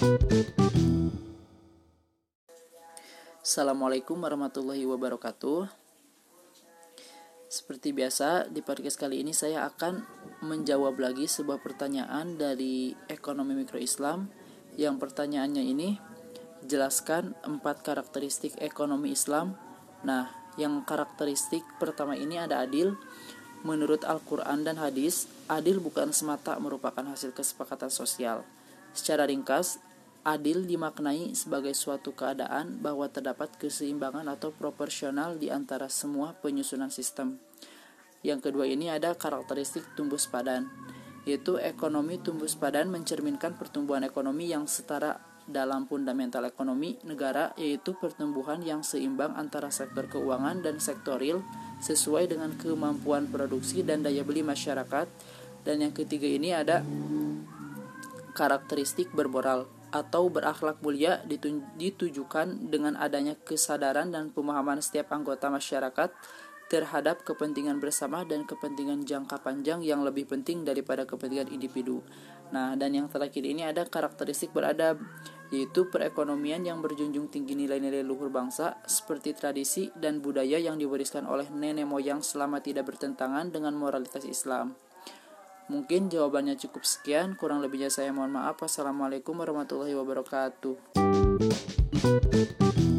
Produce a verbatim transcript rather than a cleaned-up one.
Assalamualaikum warahmatullahi wabarakatuh. Seperti biasa, di podcast kali ini saya akan menjawab lagi sebuah pertanyaan dari Ekonomi Mikro Islam. Yang pertanyaannya ini, jelaskan empat karakteristik ekonomi Islam. Nah, yang karakteristik pertama ini ada adil. Menurut Al-Quran dan hadis, adil bukan semata merupakan hasil kesepakatan sosial. Secara ringkas, adil dimaknai sebagai suatu keadaan bahwa terdapat keseimbangan atau proporsional di antara semua penyusunan sistem. Yang kedua ini ada karakteristik tumbuh sepadan, yaitu ekonomi tumbuh sepadan mencerminkan pertumbuhan ekonomi yang setara dalam fundamental ekonomi negara, yaitu pertumbuhan yang seimbang antara sektor keuangan dan sektor real sesuai dengan kemampuan produksi dan daya beli masyarakat. Dan yang ketiga ini ada karakteristik bermoral atau berakhlak mulia ditujukan dengan adanya kesadaran dan pemahaman setiap anggota masyarakat terhadap kepentingan bersama dan kepentingan jangka panjang yang lebih penting daripada kepentingan individu. Nah, dan yang terakhir ini ada karakteristik beradab, yaitu perekonomian yang berjunjung tinggi nilai-nilai luhur bangsa seperti tradisi dan budaya yang diwariskan oleh nenek moyang selama tidak bertentangan dengan moralitas Islam. Mungkin jawabannya cukup sekian, kurang lebihnya saya mohon maaf. Wassalamualaikum warahmatullahi wabarakatuh.